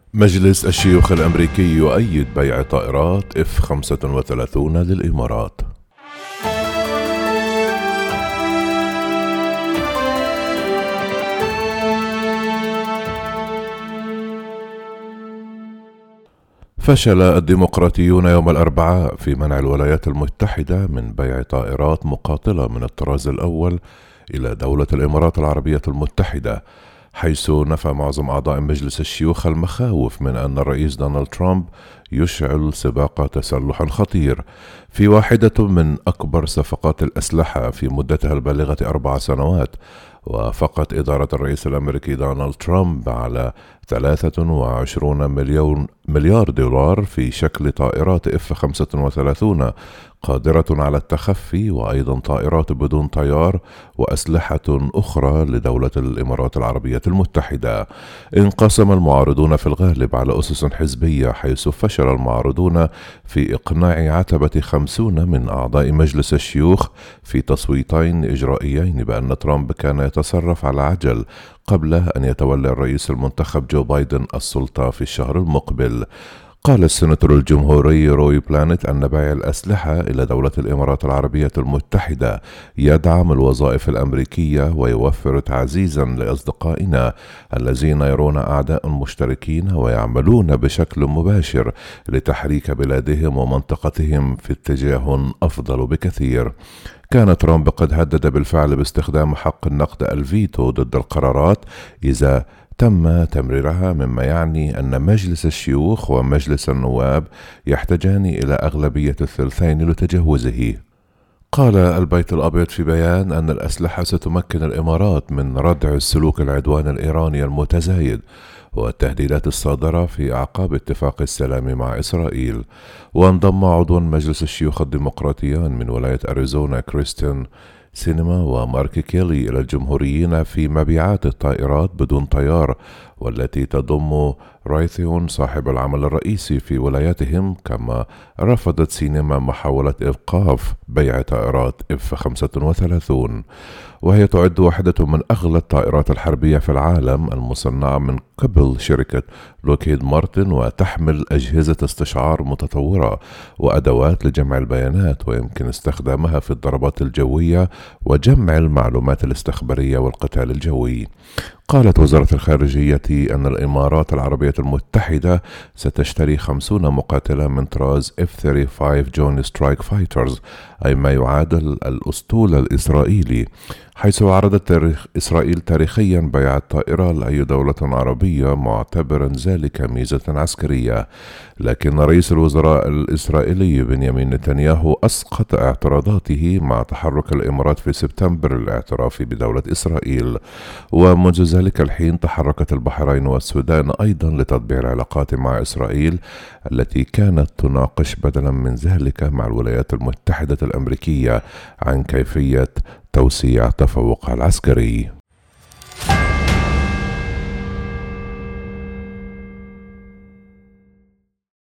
مجلس الشيوخ الأمريكي يؤيد بيع طائرات F-35 للإمارات. فشل الديمقراطيون يوم الأربعاء في منع الولايات المتحدة من بيع طائرات مقاتلة من الطراز الأول إلى دولة الإمارات العربية المتحدة، حيث نفى معظم أعضاء مجلس الشيوخ المخاوف من أن الرئيس دونالد ترامب يشعل سباق تسلح خطير في واحدة من أكبر صفقات الأسلحة في مدتها البالغة 4 سنوات. وافقت إدارة الرئيس الأمريكي دونالد ترامب على 23 مليار دولار في شكل طائرات F-35 قادرة على التخفي، وأيضا طائرات بدون طيار وأسلحة أخرى لدولة الإمارات العربية المتحدة. انقسم المعارضون في الغالب على أسس حزبية، حيث فشل المعارضون في إقناع عتبة 50 من أعضاء مجلس الشيوخ في تصويتين إجرائيين بأن ترامب كان يتصرف على عجل قبل أن يتولى الرئيس المنتخب جو بايدن السلطة في الشهر المقبل. قال السيناتور الجمهوري روي بلانت أن بيع الأسلحة إلى دولة الإمارات العربية المتحدة يدعم الوظائف الأمريكية ويوفر تعزيزا لأصدقائنا الذين يرون أعداء مشتركين ويعملون بشكل مباشر لتحريك بلادهم ومنطقتهم في اتجاه أفضل بكثير. كان ترامب قد هدد بالفعل باستخدام حق النقد الفيتو ضد القرارات إذا تم تمريرها، مما يعني أن مجلس الشيوخ ومجلس النواب يحتاجان إلى أغلبية الثلثين لتجاوزه. قال البيت الأبيض في بيان أن الأسلحة ستمكن الإمارات من ردع السلوك العدوان الإيراني المتزايد والتهديدات الصادرة في أعقاب اتفاق السلام مع إسرائيل. وانضم عضو مجلس الشيوخ الديمقراطيان من ولاية أريزونا كريستيان سينما ومارك كيلي إلى الجمهوريين في مبيعات الطائرات بدون طيار، والتي تضم رايثيون صاحب العمل الرئيسي في ولايتهم. كما رفضت سينما محاولة إيقاف بيع طائرات F-35، وهي تعد واحدة من أغلى الطائرات الحربية في العالم المصنعة من قبل شركة لوكهيد مارتن، وتحمل أجهزة استشعار متطورة وأدوات لجمع البيانات، ويمكن استخدامها في الضربات الجوية وجمع المعلومات الاستخبارية والقتال الجوي. قالت وزارة الخارجية أن الإمارات العربية المتحدة ستشتري 50 مقاتلة من طراز F-35 Joint Strike Fighters، أي ما يعادل الأسطول الإسرائيلي، حيث عرضت إسرائيل تاريخيا بيع الطائرة لأي دولة عربية معتبرا ذلك ميزة عسكرية. لكن رئيس الوزراء الإسرائيلي بنيامين نتنياهو أسقط اعتراضاته مع تحرك الإمارات في سبتمبر للاعتراف بدولة إسرائيل. ومنذ ذلك الحين تحركت البحرين والسودان أيضا لتطبيع العلاقات مع إسرائيل التي كانت تناقش بدلا من ذلك مع الولايات المتحدة الأمريكية عن كيفية توسيع تفوقها العسكري.